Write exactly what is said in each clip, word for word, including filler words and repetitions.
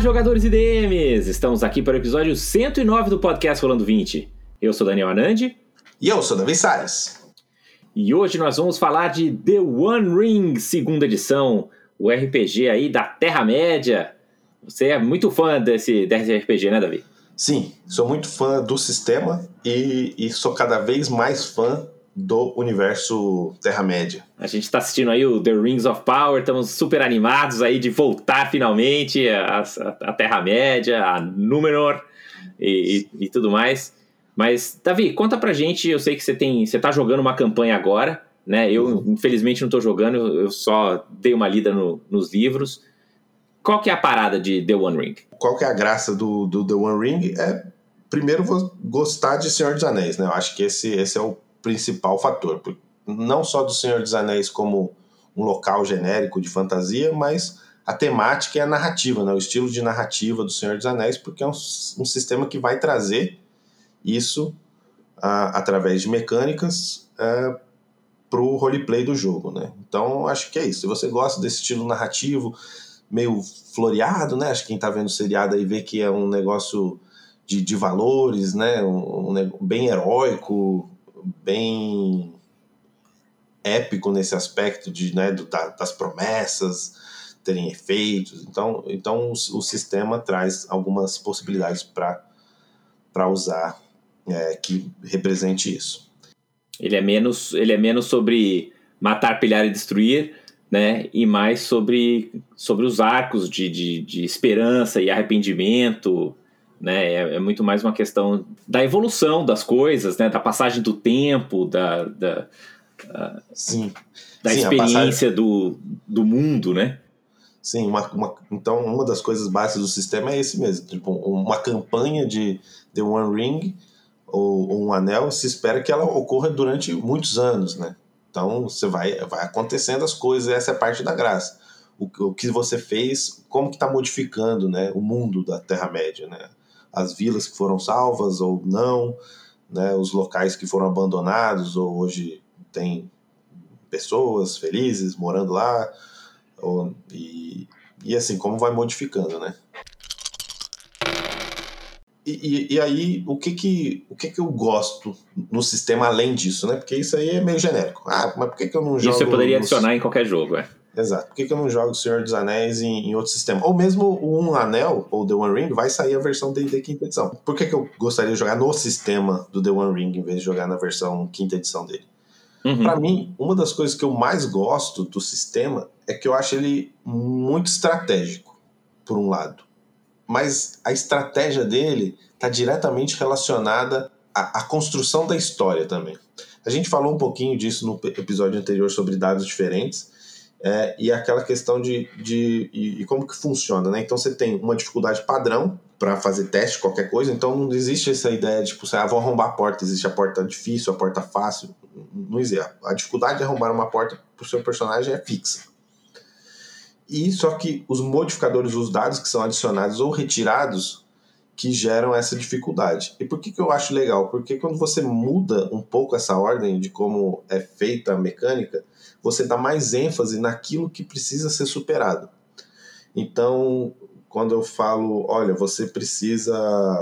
jogadores e D Ms! Estamos aqui para o episódio cento e nove do podcast Rolando vinte. Eu sou Daniel Anandi. E eu sou Davi Salles. E hoje nós vamos falar de The One Ring, segunda edição, o R P G aí da Terra-média. Você é muito fã desse, desse R P G, né, Davi? Sim, sou muito fã do sistema e, e sou cada vez mais fã do universo Terra-média. A gente está assistindo aí o The Rings of Power, estamos super animados aí de voltar finalmente a, a, a Terra-média, a Númenor e, e, e tudo mais. Mas, Davi, conta pra gente, eu sei que você tem, você tá jogando uma campanha agora, né? Eu, uhum. infelizmente, não tô jogando, eu só dei uma lida no, nos livros. Qual que é a parada de The One Ring? Qual que é a graça do, do The One Ring? É, primeiro, gostar de Senhor dos Anéis, né? Eu acho que esse, esse é o principal fator, não só do Senhor dos Anéis como um local genérico de fantasia, mas a temática e a narrativa, né? O estilo de narrativa do Senhor dos Anéis, porque é um, um sistema que vai trazer isso ah, através de mecânicas ah, para o roleplay do jogo, né? Então acho que é isso. Se você gosta desse estilo narrativo meio floreado, né? Acho que quem está vendo o seriado aí vê que é um negócio de, de valores, né? Um, um, bem heróico, bem épico nesse aspecto de, né, do, da, das promessas terem efeitos. Então, então o, o sistema traz algumas possibilidades para para usar é, que represente isso. Ele é menos, ele é menos sobre matar, pilhar e destruir, né? E mais sobre, sobre os arcos de, de, de esperança e arrependimento, né? É, é muito mais uma questão da evolução das coisas, né? Da passagem do tempo, da, da, a, Sim. da Sim, experiência passagem... do, do mundo, né? Sim, uma, uma, então uma das coisas básicas do sistema é esse mesmo. Tipo, uma campanha de The One Ring ou, ou um anel, se espera que ela ocorra durante muitos anos, né? Então você vai, vai acontecendo as coisas, essa é a parte da graça. O, o que você fez, como que está modificando, né, o mundo da Terra-média, né? As vilas que foram salvas ou não, né, os locais que foram abandonados ou hoje tem pessoas felizes morando lá. E, e assim, como vai modificando, né? E, e, e aí, o que que, o que que eu gosto no sistema além disso, né? Porque isso aí é meio genérico. Ah, mas por que que eu não jogo... Isso eu poderia no... adicionar em qualquer jogo, é. Exato. Por que que eu não jogo Senhor dos Anéis em, em outro sistema? Ou mesmo o Um Anel, ou The One Ring, vai sair a versão D e D quinta edição. Por que que eu gostaria de jogar no sistema do The One Ring, em vez de jogar na versão quinta edição dele? Uhum. Para mim, uma das coisas que eu mais gosto do sistema é que eu acho ele muito estratégico, por um lado. Mas a estratégia dele está diretamente relacionada à, à construção da história também. A gente falou um pouquinho disso no episódio anterior sobre dados diferentes, é, e aquela questão de, de e, e como que funciona, né? Então você tem uma dificuldade padrão para fazer teste, qualquer coisa, então não existe essa ideia de, tipo, ah, vou arrombar a porta, existe a porta difícil, a porta fácil, não existe. A dificuldade de arrombar uma porta para o seu personagem é fixa. E só que os modificadores, os dados que são adicionados ou retirados, que geram essa dificuldade. E por que que eu acho legal? Porque quando você muda um pouco essa ordem de como é feita a mecânica, você dá mais ênfase naquilo que precisa ser superado. Então, quando eu falo, olha, você precisa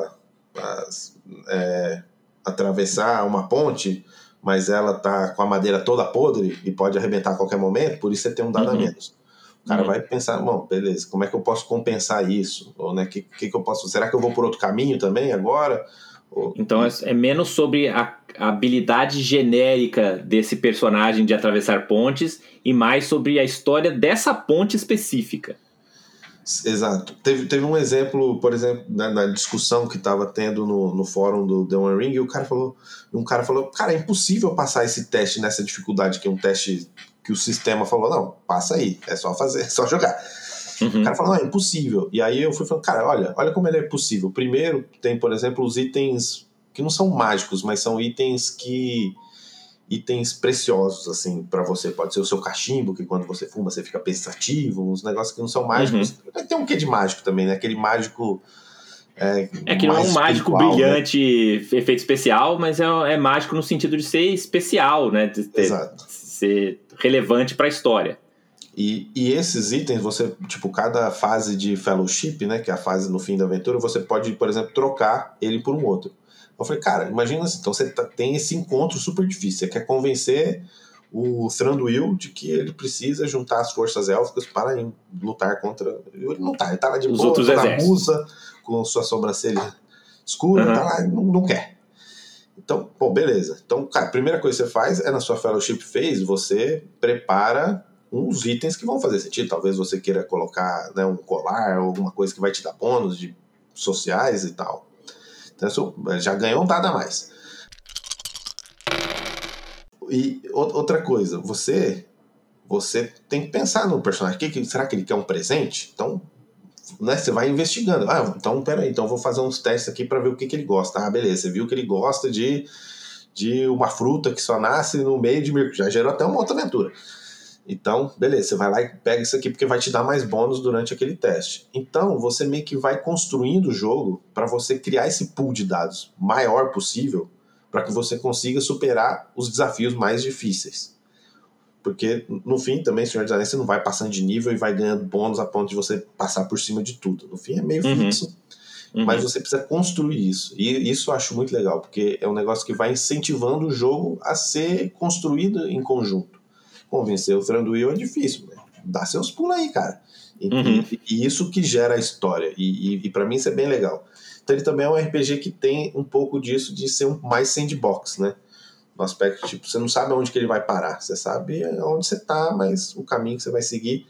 é, atravessar uma ponte, mas ela tá com a madeira toda podre e pode arrebentar a qualquer momento, por isso você tem um dado uhum. a menos. O cara uhum. vai pensar, bom, beleza, como é que eu posso compensar isso? Ou, né, que, que que eu posso, será que eu vou por outro caminho também agora? Ou, então é, é menos sobre a, a habilidade genérica desse personagem de atravessar pontes e mais sobre a história dessa ponte específica. Exato. Teve, teve um exemplo, por exemplo, na, na discussão que estava tendo no, no fórum do The One Ring, e o cara falou, um cara falou, cara, é impossível passar esse teste nessa dificuldade, que é um teste que o sistema falou, não, passa aí, é só fazer, é só jogar. Uhum. O cara falou, não, é impossível. E aí eu fui falando, cara, olha, olha como ele é possível. Primeiro, tem, por exemplo, os itens que não são mágicos, mas são itens que... itens preciosos, assim, pra você. Pode ser o seu cachimbo, que quando você fuma você fica pensativo, uns negócios que não são mágicos. Uhum. Tem um quê de mágico também, né? Aquele mágico... É, é que não é um mágico brilhante, né? Efeito especial, mas é, é mágico no sentido de ser especial, né? De ter, Exato. ser relevante pra história. E, e esses itens, você, tipo, cada fase de fellowship, né, que é a fase no fim da aventura, você pode, por exemplo, trocar ele por um outro. Eu falei, cara, imagina assim, então você tá, tem esse encontro super difícil, você quer convencer o Thranduil de que ele precisa juntar as forças élficas para ir lutar contra... Ele não tá, ele tá lá de Os boa, outros toda exércitos. musa, com sua sobrancelha escura, Uhum. tá lá, não, não quer. Então, pô, beleza. Então, cara, a primeira coisa que você faz é na sua fellowship phase, você prepara uns itens que vão fazer sentido. Talvez você queira colocar, né, um colar ou alguma coisa que vai te dar bônus de sociais e tal. Então, isso já ganhou um dado a mais. E outra coisa, você você tem que pensar no personagem. Que, que, será que ele quer um presente? Então, né, você vai investigando. Ah, então, peraí, então eu vou fazer uns testes aqui para ver o que, que ele gosta. Ah, beleza, você viu que ele gosta de, de uma fruta que só nasce no meio de Mirkwood. Já gerou até uma outra aventura. Então, beleza, você vai lá e pega isso aqui porque vai te dar mais bônus durante aquele teste. Então, você meio que vai construindo o jogo para você criar esse pool de dados maior possível para que você consiga superar os desafios mais difíceis. Porque, no fim, também, Senhor dos Anéis, você não vai passando de nível e vai ganhando bônus a ponto de você passar por cima de tudo. No fim, é meio Uhum. fixo, uhum. Mas você precisa construir isso. E isso eu acho muito legal, porque é um negócio que vai incentivando o jogo a ser construído em conjunto. Convencer o Thranduil é difícil, né? Dá seus pulos aí, cara. E, Uhum. e, e isso que gera a história. E, e, e para mim isso é bem legal. Então ele também é um R P G que tem um pouco disso de ser um mais sandbox, né? No aspecto, tipo, você não sabe onde que ele vai parar. Você sabe onde você tá, mas o caminho que você vai seguir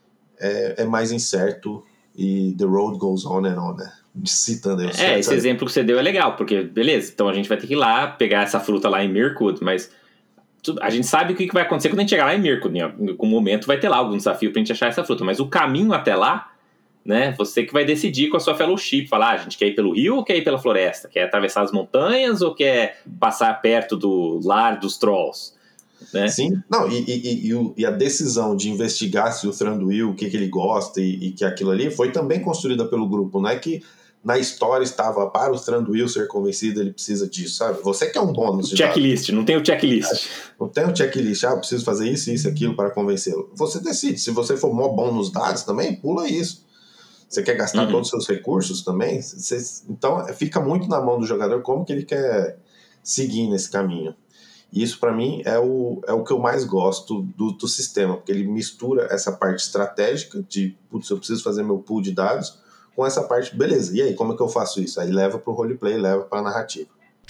é, é mais incerto e the road goes on and on, né? Citando aí o É, certo, esse sabe? exemplo que você deu é legal, porque, beleza, então a gente vai ter que ir lá, pegar essa fruta lá em Mirkwood, mas a gente sabe o que vai acontecer quando a gente chegar lá em Mirkwood. Em algum momento vai ter lá algum desafio pra gente achar essa fruta, mas o caminho até lá, né, você que vai decidir com a sua fellowship, falar, ah, a gente quer ir pelo rio ou quer ir pela floresta? Quer atravessar as montanhas ou quer passar perto do lar dos trolls? Né? Sim, não, e, e, e, e a decisão de investigar se o Thranduil, o que, que ele gosta e, e que aquilo ali foi também construída pelo grupo, não é que na história estava para o Thranduil ser convencido, ele precisa disso, sabe? Você quer um bônus de checklist, dado. Não tem o checklist. Não tem um checklist, ah, eu preciso fazer isso, isso, aquilo para convencê-lo. Você decide, se você for mó bom nos dados também, pula isso. Você quer gastar uhum. todos os seus recursos também? Você, então fica muito na mão do jogador como que ele quer seguir nesse caminho. E isso para mim é o, é o que eu mais gosto do, do sistema, porque ele mistura essa parte estratégica de, putz, eu preciso fazer meu pool de dados, com essa parte, beleza, e aí, como é que eu faço isso? Aí leva pro roleplay, leva pra narrativa.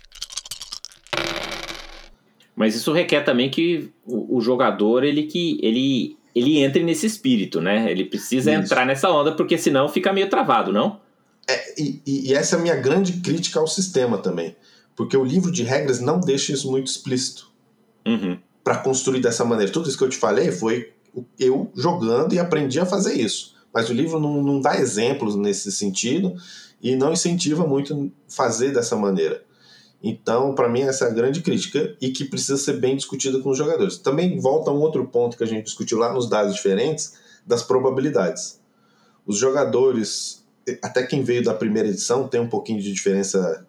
Mas isso requer também que o, o jogador, ele, que, ele, ele entre nesse espírito, né? Ele precisa isso. entrar nessa onda, porque senão fica meio travado, não? É, e, e essa é a minha grande crítica ao sistema também. Porque o livro de regras não deixa isso muito explícito. Uhum. Para construir dessa maneira. Tudo isso que eu te falei foi eu jogando e aprendi a fazer isso. Mas o livro não, não dá exemplos nesse sentido e não incentiva muito fazer dessa maneira. Então, para mim, essa é a grande crítica e que precisa ser bem discutida com os jogadores. Também volta a um outro ponto que a gente discutiu lá nos dados diferentes, das probabilidades. Os jogadores, até quem veio da primeira edição, tem um pouquinho de diferença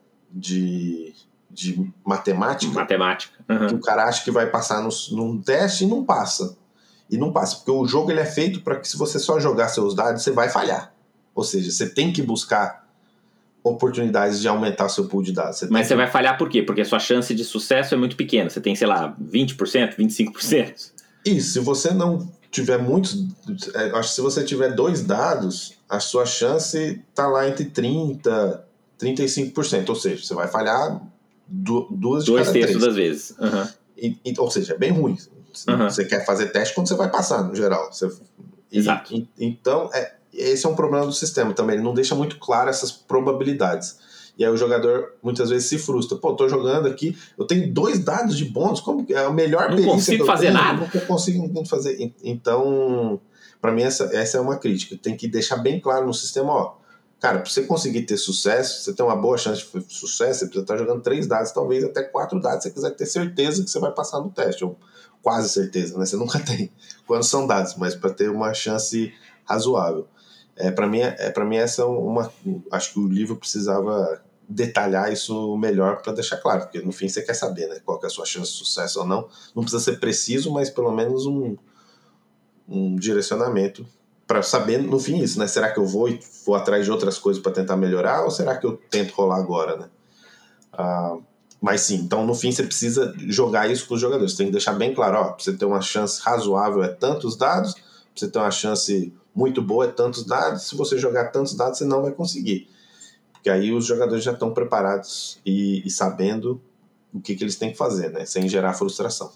de, de matemática. Matemática. Uhum. Que o cara acha que vai passar no, num teste e não passa. E não passa, porque o jogo ele é feito para que se você só jogar seus dados, você vai falhar. Ou seja, você tem que buscar oportunidades de aumentar seu pool de dados. Você Mas que... você vai falhar por quê? Porque a sua chance de sucesso é muito pequena. Você tem, sei lá, vinte por cento, vinte e cinco por cento. Isso, se você não tiver muitos... Acho que se você tiver dois dados, a sua chance está lá entre trinta por cento e trinta e cinco por cento. Ou seja, você vai falhar du- duas de Dois cada três. terços das vezes. Uhum. E, e, ou seja, é bem ruim. Uhum. Você quer fazer teste quando você vai passar, no geral. Você, e, Exato. E, então, é, esse é um problema do sistema também. Ele não deixa muito claro essas probabilidades. E aí o jogador muitas vezes se frustra. Pô, eu tô jogando aqui, eu tenho dois dados de bônus, como é a melhor não perícia consigo que eu fazer tenho, nada. não consigo fazer. Então, para mim, essa, essa é uma crítica. Tem que deixar bem claro no sistema, ó. Cara, para você conseguir ter sucesso, você tem uma boa chance de sucesso, você precisa estar jogando três dados, talvez até quatro dados, se você quiser ter certeza que você vai passar no teste, ou quase certeza, né? Você nunca tem quando são dados, mas para ter uma chance razoável. É, para mim, é, para mim, essa é uma. Acho que o livro precisava detalhar isso melhor para deixar claro, porque no fim você quer saber, né? Qual que é a sua chance de sucesso ou não. Não precisa ser preciso, mas pelo menos um. um direcionamento para saber no fim isso, né? Será que eu vou e vou atrás de outras coisas para tentar melhorar ou será que eu tento rolar agora, né? Ah, mas sim, então no fim você precisa jogar isso com os jogadores. Você tem que deixar bem claro, ó, pra você ter uma chance razoável é tantos dados, pra você ter uma chance muito boa é tantos dados, se você jogar tantos dados você não vai conseguir. Porque aí os jogadores já estão preparados e, e sabendo o que, que eles têm que fazer, né? Sem gerar frustração.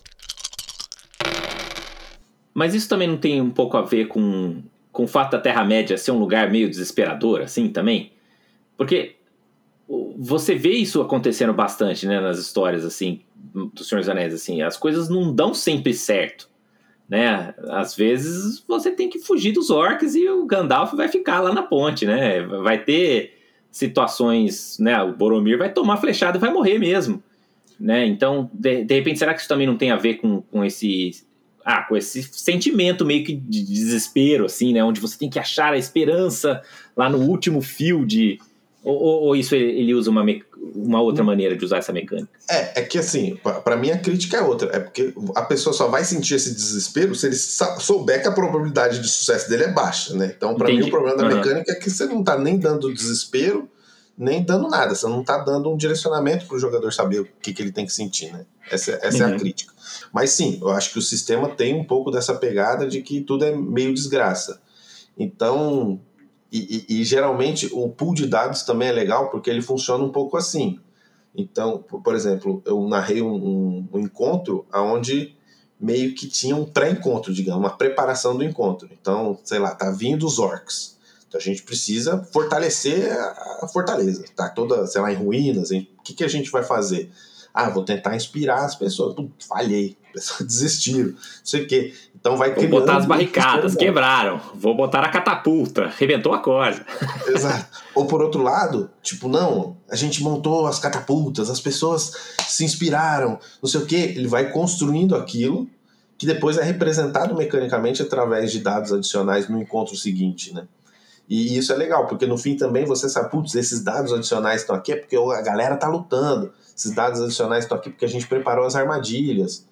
Mas isso também não tem um pouco a ver com, com o fato da Terra-média ser um lugar meio desesperador, assim, também? Porque você vê isso acontecendo bastante, né, nas histórias, assim, do Senhor dos Anéis, assim, as coisas não dão sempre certo, né? Às vezes você tem que fugir dos orcs e o Gandalf vai ficar lá na ponte, né? Vai ter situações, né, o Boromir vai tomar flechada e vai morrer mesmo, né? Então, de, de repente, será que isso também não tem a ver com, com esse... Ah, com esse sentimento meio que de desespero, assim, né? Onde você tem que achar a esperança lá no último fio de... Ou, ou, ou isso ele usa uma, me... uma outra maneira de usar essa mecânica? É, é que assim, pra mim a crítica é outra. É porque a pessoa só vai sentir esse desespero se ele souber que a probabilidade de sucesso dele é baixa, né? Então, pra Entendi. mim, o problema da uhum. mecânica é que você não tá nem dando desespero, nem dando nada. Você não tá dando um direcionamento pro jogador saber o que, que ele tem que sentir, né? Essa, essa uhum. é a crítica. Mas sim, eu acho que o sistema tem um pouco dessa pegada de que tudo é meio desgraça. Então... E, e, e geralmente o pool de dados também é legal porque ele funciona um pouco assim. Então, por exemplo, eu narrei um, um, um encontro onde meio que tinha um pré-encontro, digamos, uma preparação do encontro. Então, sei lá, tá vindo os orcs. Então a gente precisa fortalecer a, a fortaleza. Tá toda, sei lá, em ruínas. O que, que a gente vai fazer? Ah, vou tentar inspirar as pessoas. Putz, falhei. As pessoas desistiram. Não sei o quê. Então vai Vou botar as barricadas, quebraram. Vou botar a catapulta, rebentou a corda. Exato. Ou por outro lado, tipo, não, a gente montou as catapultas, as pessoas se inspiraram, não sei o quê. Ele vai construindo aquilo que depois é representado mecanicamente através de dados adicionais no encontro seguinte, né? E isso é legal, porque no fim também você sabe, putz, esses dados adicionais estão aqui é porque a galera tá lutando. Esses dados adicionais estão aqui porque a gente preparou as armadilhas.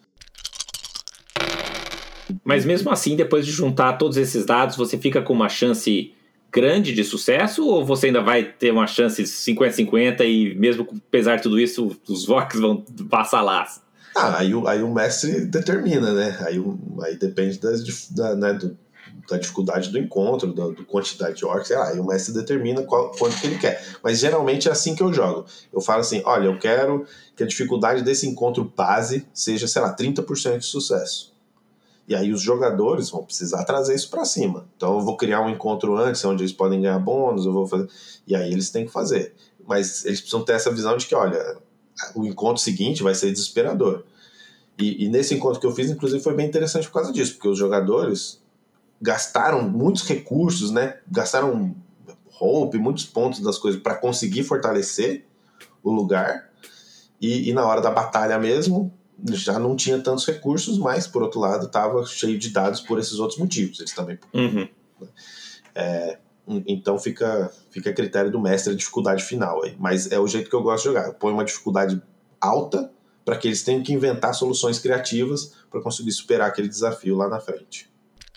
Mas mesmo assim, depois de juntar todos esses dados, você fica com uma chance grande de sucesso ou você ainda vai ter uma chance cinquenta a cinquenta e mesmo apesar de tudo isso, os orcs vão passar lá? Ah, aí, aí o mestre determina, né? Aí, aí depende das, da, né, do, da dificuldade do encontro, da, da quantidade de orcs, sei lá, aí o mestre determina qual, quanto que ele quer. Mas geralmente é assim que eu jogo. Eu falo assim, olha, eu quero que a dificuldade desse encontro base seja, sei lá, trinta por cento de sucesso. E aí os jogadores vão precisar trazer isso para cima. Então eu vou criar um encontro antes, onde eles podem ganhar bônus, eu vou fazer... E aí eles têm que fazer. Mas eles precisam ter essa visão de que, olha, o encontro seguinte vai ser desesperador. E, e nesse encontro que eu fiz, inclusive, foi bem interessante por causa disso, porque os jogadores gastaram muitos recursos, né? Gastaram hope, muitos pontos das coisas para conseguir fortalecer o lugar. E, e na hora da batalha mesmo... já não tinha tantos recursos, mas, por outro lado, estava cheio de dados por esses outros motivos. Eles também... Uhum. É, então fica, fica a critério do mestre a dificuldade final. Aí. Mas é o jeito que eu gosto de jogar. Eu ponho uma dificuldade alta para que eles tenham que inventar soluções criativas para conseguir superar aquele desafio lá na frente.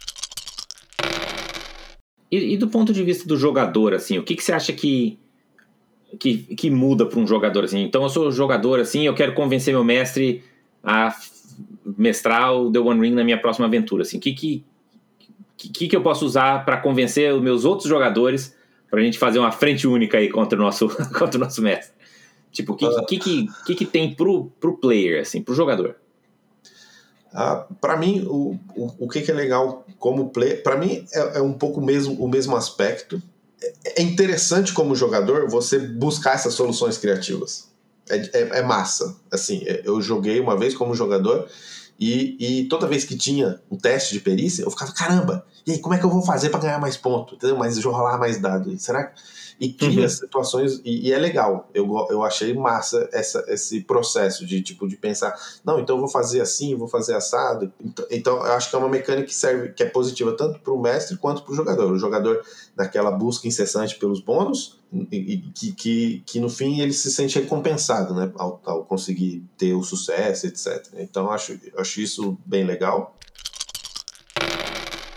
E, e do ponto de vista do jogador, assim, o que, que você acha que, que, que muda para um jogador? Assim? Então eu sou jogador, assim, eu quero convencer meu mestre a mestrar o The One Ring na minha próxima aventura. Assim, o que, que, que, que eu posso usar para convencer os meus outros jogadores para a gente fazer uma frente única aí contra o nosso, contra o nosso mestre? Tipo, o que, uh, que, que, que, que tem pro, pro player, assim, pro jogador? Uh, para mim, o, o, o que, que é legal como player, para mim é, é um pouco mesmo, o mesmo aspecto. É interessante como jogador você buscar essas soluções criativas. É, é, é massa. Assim, eu joguei uma vez como jogador e, e toda vez que tinha um teste de perícia, eu ficava, caramba, e aí, como é que eu vou fazer para ganhar mais ponto? Entendeu? Mas rolar mais dados. Será que... E cria uhum. situações, e, e é legal. Eu, eu achei massa essa, esse processo de, tipo, de pensar, não, então eu vou fazer assim, vou fazer assado. Então, então eu acho que é uma mecânica que serve, que é positiva tanto para o mestre quanto para o jogador. O jogador naquela busca incessante pelos bônus, e, e, que, que, que no fim ele se sente recompensado, né, ao, ao conseguir ter o sucesso, etcétera. Então eu acho, eu acho isso bem legal.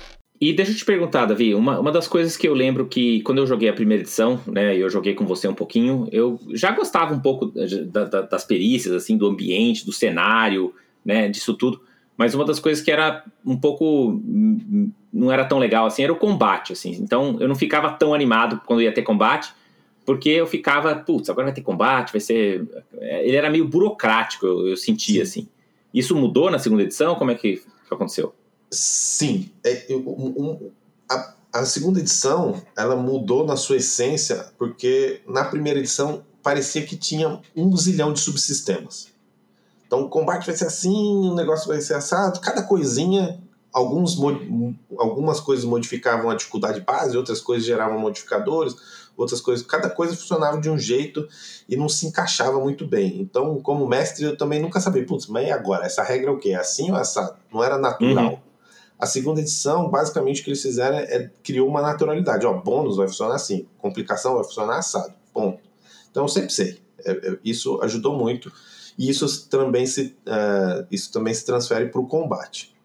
E deixa eu te perguntar, Davi, uma, uma das coisas que eu lembro que quando eu joguei a primeira edição, né, eu joguei com você um pouquinho, eu já gostava um pouco da, da, das perícias, assim, do ambiente, do cenário, né, disso tudo, mas uma das coisas que era um pouco, não era tão legal assim, era o combate, assim, então eu não ficava tão animado quando ia ter combate, porque eu ficava, putz, agora vai ter combate, vai ser... Ele era meio burocrático, eu, eu sentia, Sim. assim. Isso mudou na segunda edição? Como é que, que aconteceu? Sim. É, um, um, a, a segunda edição, ela mudou na sua essência, porque na primeira edição parecia que tinha um zilhão de subsistemas. Então o combate vai ser assim, o negócio vai ser assado, cada coisinha, alguns, algumas coisas modificavam a dificuldade base, outras coisas geravam modificadores, outras coisas, cada coisa funcionava de um jeito e não se encaixava muito bem. Então, como mestre, eu também nunca sabia, putz, mas e agora? Essa regra é o quê? É assim ou essa? Não era natural. Uhum. A segunda edição, basicamente, o que eles fizeram é, é criou uma naturalidade. Ó, bônus vai funcionar assim, complicação vai funcionar assado, ponto. Então, eu sempre sei. É, é, isso ajudou muito. E isso também se, uh, isso também se transfere para o combate.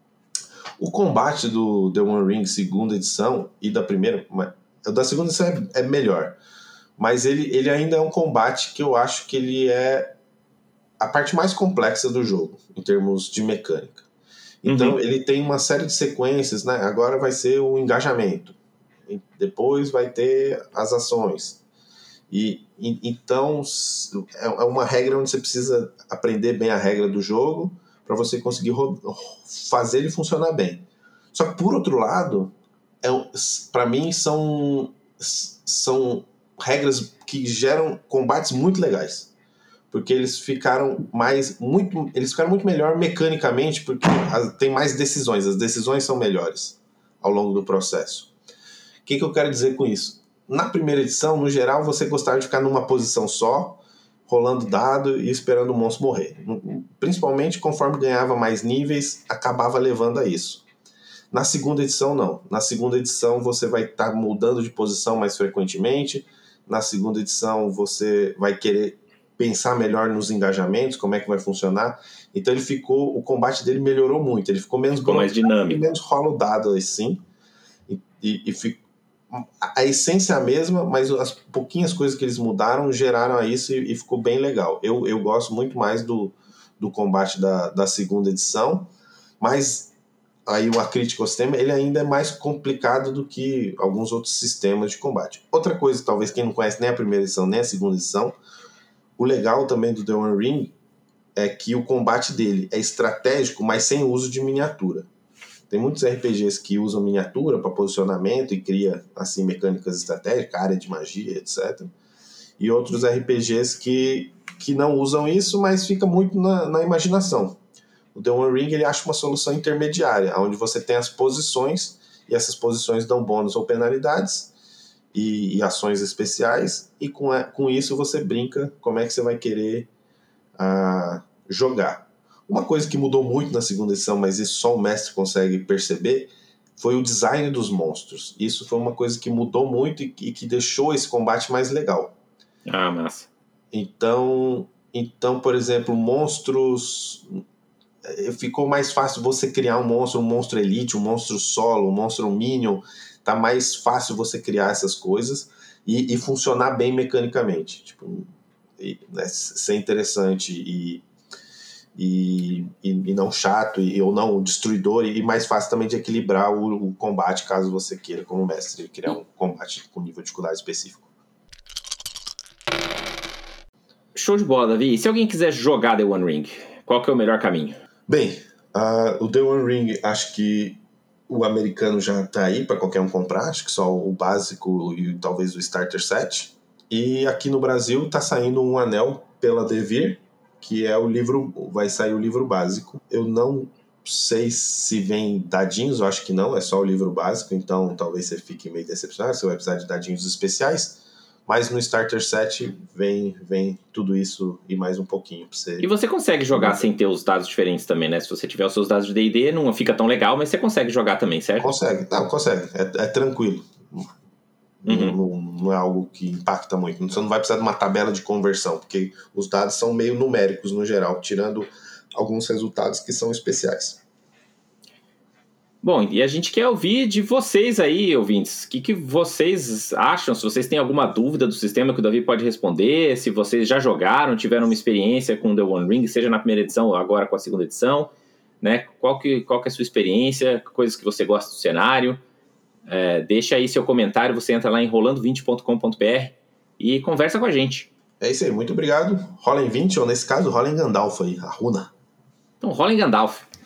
O combate do The One Ring segunda edição e da primeira, da segunda edição é, é melhor, mas ele, ele ainda é um combate que eu acho que ele é a parte mais complexa do jogo, em termos de mecânica. Então uhum. ele tem uma série de sequências, né? Agora vai ser o engajamento, depois vai ter as ações. E, e então é uma regra onde você precisa aprender bem a regra do jogo para você conseguir fazer ele funcionar bem. Só que por outro lado, é, para mim são, são regras que geram combates muito legais, porque eles ficaram mais muito eles ficaram muito melhor mecanicamente, porque tem mais decisões, as decisões são melhores ao longo do processo. O que, que eu quero dizer com isso? Na primeira edição, no geral, você gostava de ficar numa posição só, rolando dado e esperando o monstro morrer. Principalmente conforme ganhava mais níveis, acabava levando a isso. Na segunda edição, não. Na segunda edição, você vai estar mudando de posição mais frequentemente. Na segunda edição, você vai querer pensar melhor nos engajamentos, como é que vai funcionar. Então, ele ficou, o combate dele melhorou muito. Ele ficou menos ficou mais dinâmico, menos rola o dado assim. E, e, e ficou a essência é a mesma, mas as pouquinhas coisas que eles mudaram geraram a isso e, e ficou bem legal. Eu, eu gosto muito mais do, do combate da, da segunda edição, mas aí uma crítica ao sistema, ele ainda é mais complicado do que alguns outros sistemas de combate. Outra coisa, talvez quem não conhece nem a primeira edição nem a segunda edição, o legal também do The One Ring é que o combate dele é estratégico, mas sem uso de miniatura. Tem muitos R P Gs que usam miniatura para posicionamento e cria assim mecânicas estratégicas, área de magia, etcétera. E outros R P Gs que, que não usam isso, mas fica muito na, na imaginação. O The One Ring ele acha uma solução intermediária, onde você tem as posições, e essas posições dão bônus ou penalidades, e, e ações especiais, e com, a, com isso você brinca como é que você vai querer uh, jogar. Uma coisa que mudou muito na segunda edição, mas isso só o mestre consegue perceber, foi o design dos monstros. Isso foi uma coisa que mudou muito e que deixou esse combate mais legal. Ah, massa. Então, então por exemplo, monstros... Ficou mais fácil você criar um monstro, um monstro elite, um monstro solo, um monstro minion. Tá mais fácil você criar essas coisas e, e funcionar bem mecanicamente. Tipo, e, né, ser interessante e... E, e, e não chato, e, ou não destruidor, e mais fácil também de equilibrar o, o combate, caso você queira, como mestre, criar um combate com nível de dificuldade específico. Show de bola, Davi. E se alguém quiser jogar The One Ring, qual que é o melhor caminho? Bem, uh, o The One Ring, acho que o americano já está aí para qualquer um comprar, acho que só o básico e talvez o Starter Set. E aqui no Brasil está saindo um anel pela Devir, que é o livro, vai sair o livro básico. Eu não sei se vem dadinhos, eu acho que não, é só o livro básico, então talvez você fique meio decepcionado, você vai precisar de dadinhos especiais, mas no Starter Set vem, vem tudo isso e mais um pouquinho pra você... E você consegue jogar sem ter os dados diferentes também, né? Se você tiver os seus dados de D e D, não fica tão legal, mas você consegue jogar também, certo? Consegue, não, consegue, é, é tranquilo. Uhum. Não, não é algo que impacta muito. Você não vai precisar de uma tabela de conversão, porque os dados são meio numéricos no geral, tirando alguns resultados que são especiais. Bom, e a gente quer ouvir de vocês aí, ouvintes. O que, que vocês acham? Se vocês têm alguma dúvida do sistema que o Davi pode responder, se vocês já jogaram, tiveram uma experiência com The One Ring, seja na primeira edição ou agora com a segunda edição, né? Qual que, qual que é a sua experiência, coisas que você gosta do cenário. É, deixa aí seu comentário, você entra lá em rolando vinte ponto com ponto b r e conversa com a gente. É isso aí, muito obrigado. Rola em vinte, ou nesse caso, rola em Gandalf aí, a runa. Então rola em Gandalf.